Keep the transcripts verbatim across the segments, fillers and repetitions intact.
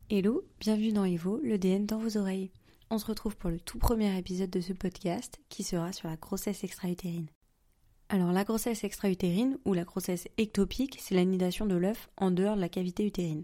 Hello, bienvenue dans Evo, le D N dans vos oreilles. On se retrouve pour le tout premier épisode de ce podcast qui sera sur la grossesse extra-utérine. Alors la grossesse extra-utérine ou la grossesse ectopique, c'est l'anidation de l'œuf en dehors de la cavité utérine.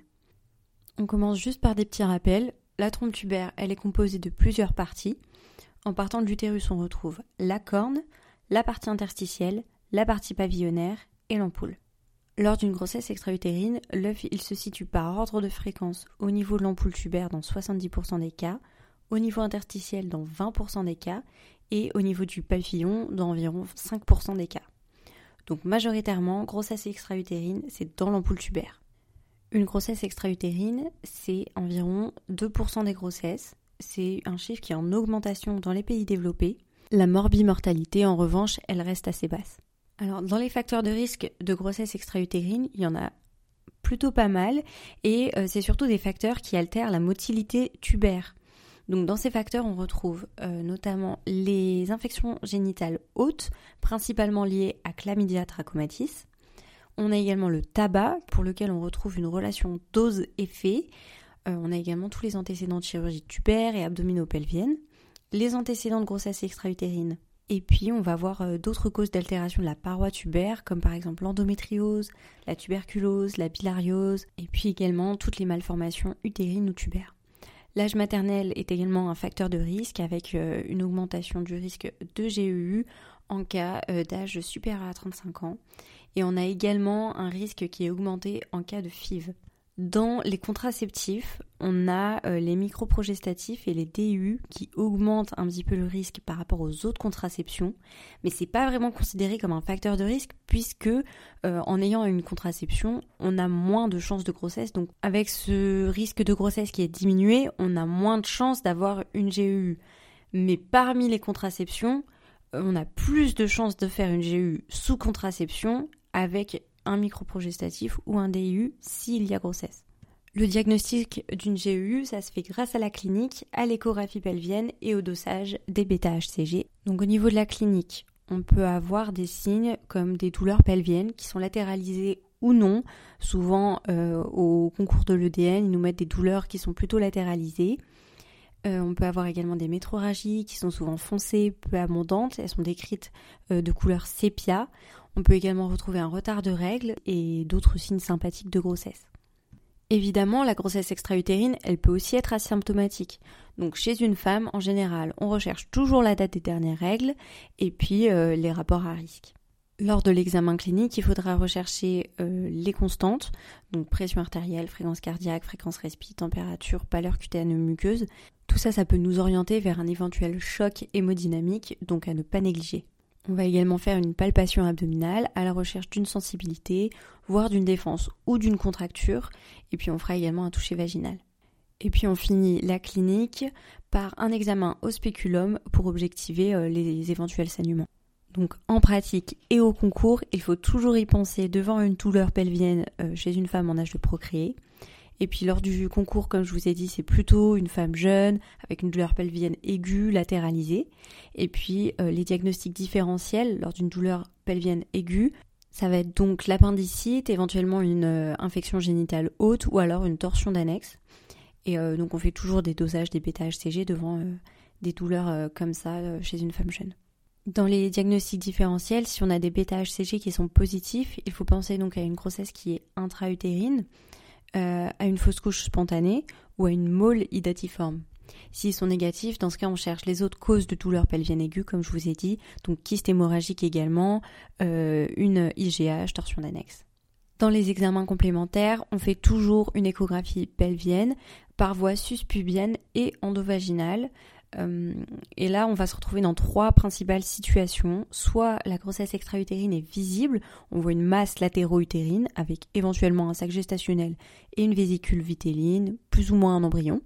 On commence juste par des petits rappels. La trompe tubaire, elle est composée de plusieurs parties. En partant de l'utérus, on retrouve la corne, la partie interstitielle, la partie pavillonnaire et l'ampoule. Lors d'une grossesse extra-utérine, l'œuf il se situe par ordre de fréquence au niveau de l'ampoule tubaire dans soixante-dix pour cent des cas, au niveau interstitiel dans vingt pour cent des cas et au niveau du pavillon dans environ cinq pour cent des cas. Donc majoritairement, grossesse extra-utérine, c'est dans l'ampoule tubaire. Une grossesse extra-utérine, c'est environ deux pour cent des grossesses. C'est un chiffre qui est en augmentation dans les pays développés. La morbimortalité, en revanche, elle reste assez basse. Alors, dans les facteurs de risque de grossesse extra-utérine, il y en a plutôt pas mal et euh, c'est surtout des facteurs qui altèrent la motilité tubaire. Donc, dans ces facteurs, on retrouve euh, notamment les infections génitales hautes, principalement liées à chlamydia trachomatis. On a également le tabac, pour lequel on retrouve une relation dose-effet. Euh, on a également tous les antécédents de chirurgie tubaire et abdominopelvienne, les antécédents de grossesse extra-utérine. Et puis, on va voir euh, d'autres causes d'altération de la paroi tubaire, comme par exemple l'endométriose, la tuberculose, la bilariose, et puis également toutes les malformations utérines ou tubaires. L'âge maternel est également un facteur de risque, avec euh, une augmentation du risque de G E U en cas euh, d'âge supérieur à trente-cinq ans. Et on a également un risque qui est augmenté en cas de F I V. Dans les contraceptifs, on a euh, les microprogestatifs et les D U qui augmentent un petit peu le risque par rapport aux autres contraceptions, mais c'est pas vraiment considéré comme un facteur de risque puisque euh, en ayant une contraception, on a moins de chances de grossesse. Donc avec ce risque de grossesse qui est diminué, on a moins de chances d'avoir une G E U. Mais parmi les contraceptions, on a plus de chances de faire une G E U sous contraception avec un microprogestatif ou un D U s'il y a grossesse. Le diagnostic d'une G E U, ça se fait grâce à la clinique, à l'échographie pelvienne et au dosage des bêta-H C G. Donc au niveau de la clinique, on peut avoir des signes comme des douleurs pelviennes qui sont latéralisées ou non. Souvent euh, au concours de l'E D N, ils nous mettent des douleurs qui sont plutôt latéralisées. Euh, on peut avoir également des métrorragies qui sont souvent foncées, peu abondantes. Elles sont décrites euh, de couleur sépia. On peut également retrouver un retard de règles et d'autres signes sympathiques de grossesse. Évidemment, la grossesse extra-utérine, elle peut aussi être asymptomatique. Donc chez une femme, en général, on recherche toujours la date des dernières règles et puis euh, les rapports à risque. Lors de l'examen clinique, il faudra rechercher euh, les constantes, donc pression artérielle, fréquence cardiaque, fréquence respi, température, pâleur cutanéo-muqueuse. Tout ça, ça peut nous orienter vers un éventuel choc hémodynamique, donc à ne pas négliger. On va également faire une palpation abdominale à la recherche d'une sensibilité, voire d'une défense ou d'une contracture, et puis on fera également un toucher vaginal. Et puis on finit la clinique par un examen au spéculum pour objectiver euh, les éventuels saignements. Donc en pratique et au concours, il faut toujours y penser devant une douleur pelvienne euh, chez une femme en âge de procréer. Et puis lors du concours, comme je vous ai dit, c'est plutôt une femme jeune avec une douleur pelvienne aiguë, latéralisée. Et puis euh, les diagnostics différentiels lors d'une douleur pelvienne aiguë, ça va être donc l'appendicite, éventuellement une euh, infection génitale haute ou alors une torsion d'annexe. Et euh, donc on fait toujours des dosages des bêta-H C G devant euh, des douleurs euh, comme ça euh, chez une femme jeune. Dans les diagnostics différentiels, si on a des bêta-H C G qui sont positifs, il faut penser donc à une grossesse qui est intra-utérine, euh, à une fausse couche spontanée ou à une mole hydatiforme. S'ils sont négatifs, dans ce cas, on cherche les autres causes de douleurs pelviennes aiguës, comme je vous ai dit, donc kyste hémorragique également, euh, une I G H, torsion d'annexe. Dans les examens complémentaires, on fait toujours une échographie pelvienne par voie suspubienne et endovaginale. Euh, et là, on va se retrouver dans trois principales situations. Soit la grossesse extra-utérine est visible, on voit une masse latéro-utérine avec éventuellement un sac gestationnel et une vésicule vitéline, plus ou moins un embryon.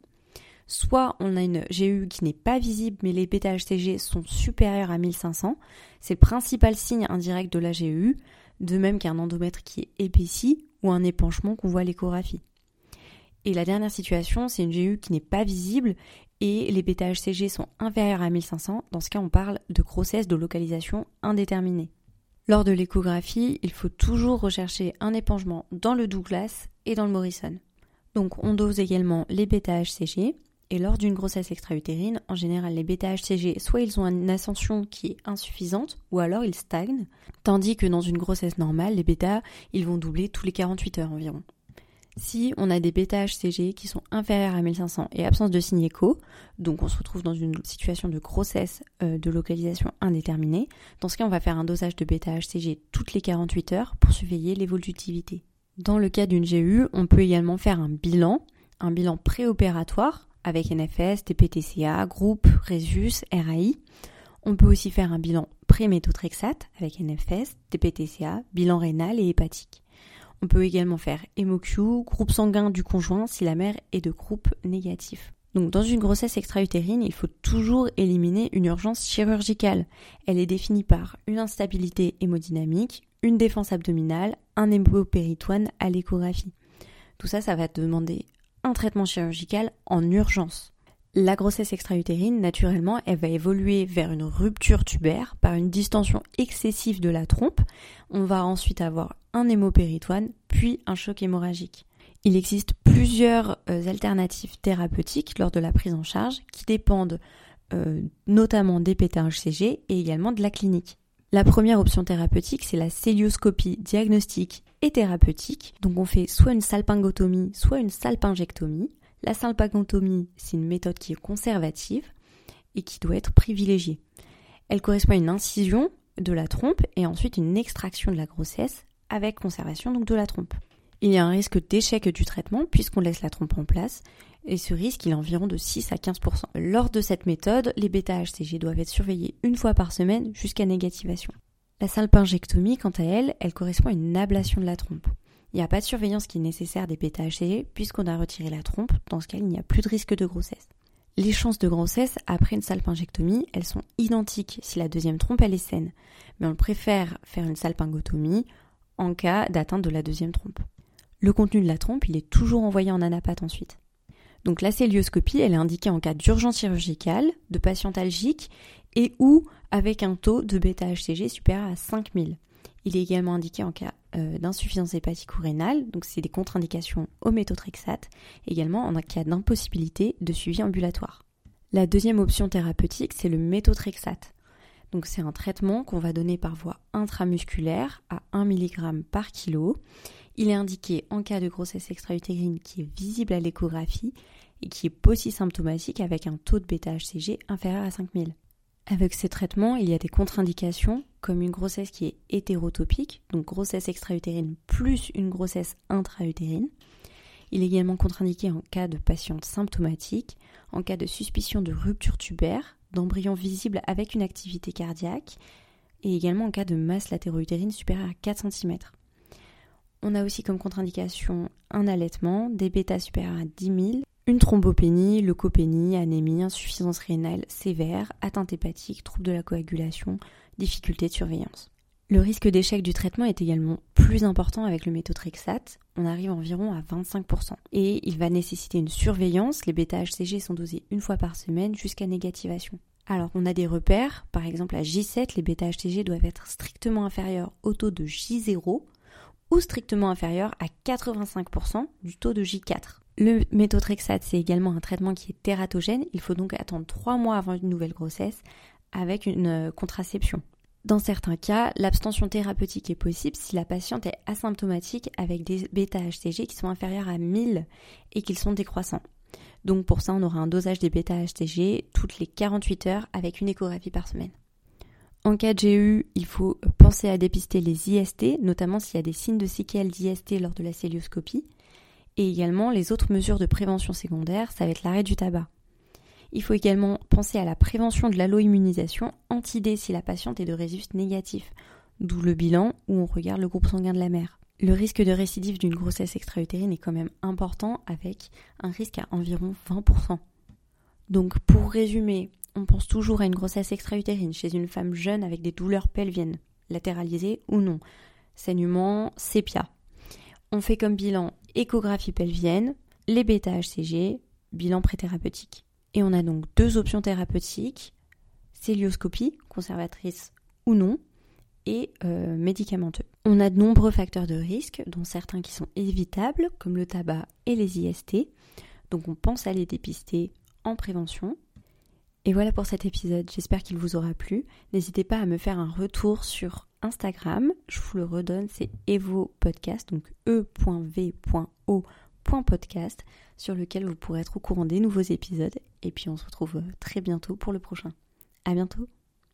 Soit on a une G E U qui n'est pas visible, mais les bêta-H C G sont supérieurs à mille cinq cents. C'est le principal signe indirect de la G E U, de même qu'un endomètre qui est épaissi ou un épanchement qu'on voit à l'échographie. Et la dernière situation, c'est une G E U qui n'est pas visible et les bêta-H C G sont inférieurs à mille cinq cents. Dans ce cas, on parle de grossesse de localisation indéterminée. Lors de l'échographie, il faut toujours rechercher un épanchement dans le Douglas et dans le Morrison. Donc on dose également les bêta-H C G. Et lors d'une grossesse extra-utérine, en général, les bêta-H C G, soit ils ont une ascension qui est insuffisante, ou alors ils stagnent, tandis que dans une grossesse normale, les bêta, ils vont doubler tous les quarante-huit heures environ. Si on a des bêta-H C G qui sont inférieurs à mille cinq cents et absence de signe écho, donc on se retrouve dans une situation de grossesse euh, de localisation indéterminée, dans ce cas, on va faire un dosage de bêta-H C G toutes les quarante-huit heures pour surveiller l'évolutivité. Dans le cas d'une G U, on peut également faire un bilan, un bilan préopératoire, avec N F S, T P T C A, groupe, Rhesus, R A I. On peut aussi faire un bilan pré-méthotrexate avec N F S, T P T C A, bilan rénal et hépatique. On peut également faire HémoQ, groupe sanguin du conjoint si la mère est de groupe négatif. Donc dans une grossesse extra-utérine, il faut toujours éliminer une urgence chirurgicale. Elle est définie par une instabilité hémodynamique, une défense abdominale, un hémopéritoine à l'échographie. Tout ça, ça va demander un traitement chirurgical en urgence. La grossesse extra-utérine, naturellement, elle va évoluer vers une rupture tubaire par une distension excessive de la trompe. On va ensuite avoir un hémopéritoine, puis un choc hémorragique. Il existe plusieurs euh, alternatives thérapeutiques lors de la prise en charge qui dépendent euh, notamment des bêta-H C G et également de la clinique. La première option thérapeutique, c'est la célioscopie diagnostique et thérapeutique. Donc on fait soit une salpingotomie, soit une salpingectomie. La salpingotomie, c'est une méthode qui est conservative et qui doit être privilégiée. Elle correspond à une incision de la trompe et ensuite une extraction de la grossesse avec conservation donc de la trompe. Il y a un risque d'échec du traitement puisqu'on laisse la trompe en place et ce risque il est environ de six à quinze pour cent. Lors de cette méthode, les bêta-H C G doivent être surveillés une fois par semaine jusqu'à négativation. La salpingectomie, quant à elle, elle correspond à une ablation de la trompe. Il n'y a pas de surveillance qui est nécessaire des bêta-H C G puisqu'on a retiré la trompe, dans ce cas il n'y a plus de risque de grossesse. Les chances de grossesse après une salpingectomie, elles sont identiques si la deuxième trompe elle est saine, mais on préfère faire une salpingotomie en cas d'atteinte de la deuxième trompe. Le contenu de la trompe, il est toujours envoyé en anapathe ensuite. Donc la célioscopie, elle est indiquée en cas d'urgence chirurgicale, de patientalgique et ou avec un taux de bêta-H C G supérieur à cinq mille. Il est également indiqué en cas euh, d'insuffisance hépatique ou rénale, donc c'est des contre-indications au méthotrexate, également en cas d'impossibilité de suivi ambulatoire. La deuxième option thérapeutique, c'est le méthotrexate. Donc c'est un traitement qu'on va donner par voie intramusculaire à un milligramme par kilo. Il est indiqué en cas de grossesse extra-utérine qui est visible à l'échographie et qui est polysymptomatique avec un taux de bêta-H C G inférieur à cinq mille. Avec ces traitements, il y a des contre-indications comme une grossesse qui est hétérotopique, donc grossesse extra-utérine plus une grossesse intra-utérine. Il est également contre-indiqué en cas de patiente symptomatique, en cas de suspicion de rupture tubaire, d'embryon visible avec une activité cardiaque et également en cas de masse latéro-utérine supérieure à quatre centimètres. On a aussi comme contre-indication un allaitement, des bêta supérieurs à dix mille, une thrombopénie, leucopénie, anémie, insuffisance rénale sévère, atteinte hépatique, trouble de la coagulation, difficulté de surveillance. Le risque d'échec du traitement est également plus important avec le méthotrexate, on arrive environ à vingt-cinq pour cent. Et il va nécessiter une surveillance, les bêta-H C G sont dosés une fois par semaine jusqu'à négativation. Alors on a des repères, par exemple à J sept, les bêta-H C G doivent être strictement inférieurs au taux de J zéro ou strictement inférieurs à quatre-vingt-cinq pour cent du taux de J quatre. Le méthotrexate, c'est également un traitement qui est tératogène, il faut donc attendre trois mois avant une nouvelle grossesse avec une contraception. Dans certains cas, l'abstention thérapeutique est possible si la patiente est asymptomatique avec des bêta-H C G qui sont inférieurs à mille et qu'ils sont décroissants. Donc pour ça, on aura un dosage des bêta-H C G toutes les quarante-huit heures avec une échographie par semaine. En cas de G U, il faut penser à dépister les I S T, notamment s'il y a des signes de séquelles d'I S T lors de la célioscopie. Et également, les autres mesures de prévention secondaire, ça va être l'arrêt du tabac. Il faut également penser à la prévention de l'alloimmunisation anti-D si la patiente est de Rhesus négatif, d'où le bilan où on regarde le groupe sanguin de la mère. Le risque de récidive d'une grossesse extra-utérine est quand même important avec un risque à environ vingt pour cent. Donc pour résumer, on pense toujours à une grossesse extra-utérine chez une femme jeune avec des douleurs pelviennes, latéralisées ou non, saignement, sépia. On fait comme bilan échographie pelvienne, les bêta-H C G, bilan préthérapeutique. Et on a donc deux options thérapeutiques, célioscopie, conservatrice ou non, et euh, médicamenteux. On a de nombreux facteurs de risque, dont certains qui sont évitables, comme le tabac et les I S T. Donc on pense à les dépister en prévention. Et voilà pour cet épisode, j'espère qu'il vous aura plu. N'hésitez pas à me faire un retour sur Instagram, je vous le redonne, c'est evopodcast, donc e point v point o point podcast, sur lequel vous pourrez être au courant des nouveaux épisodes. Et puis on se retrouve très bientôt pour le prochain. À bientôt.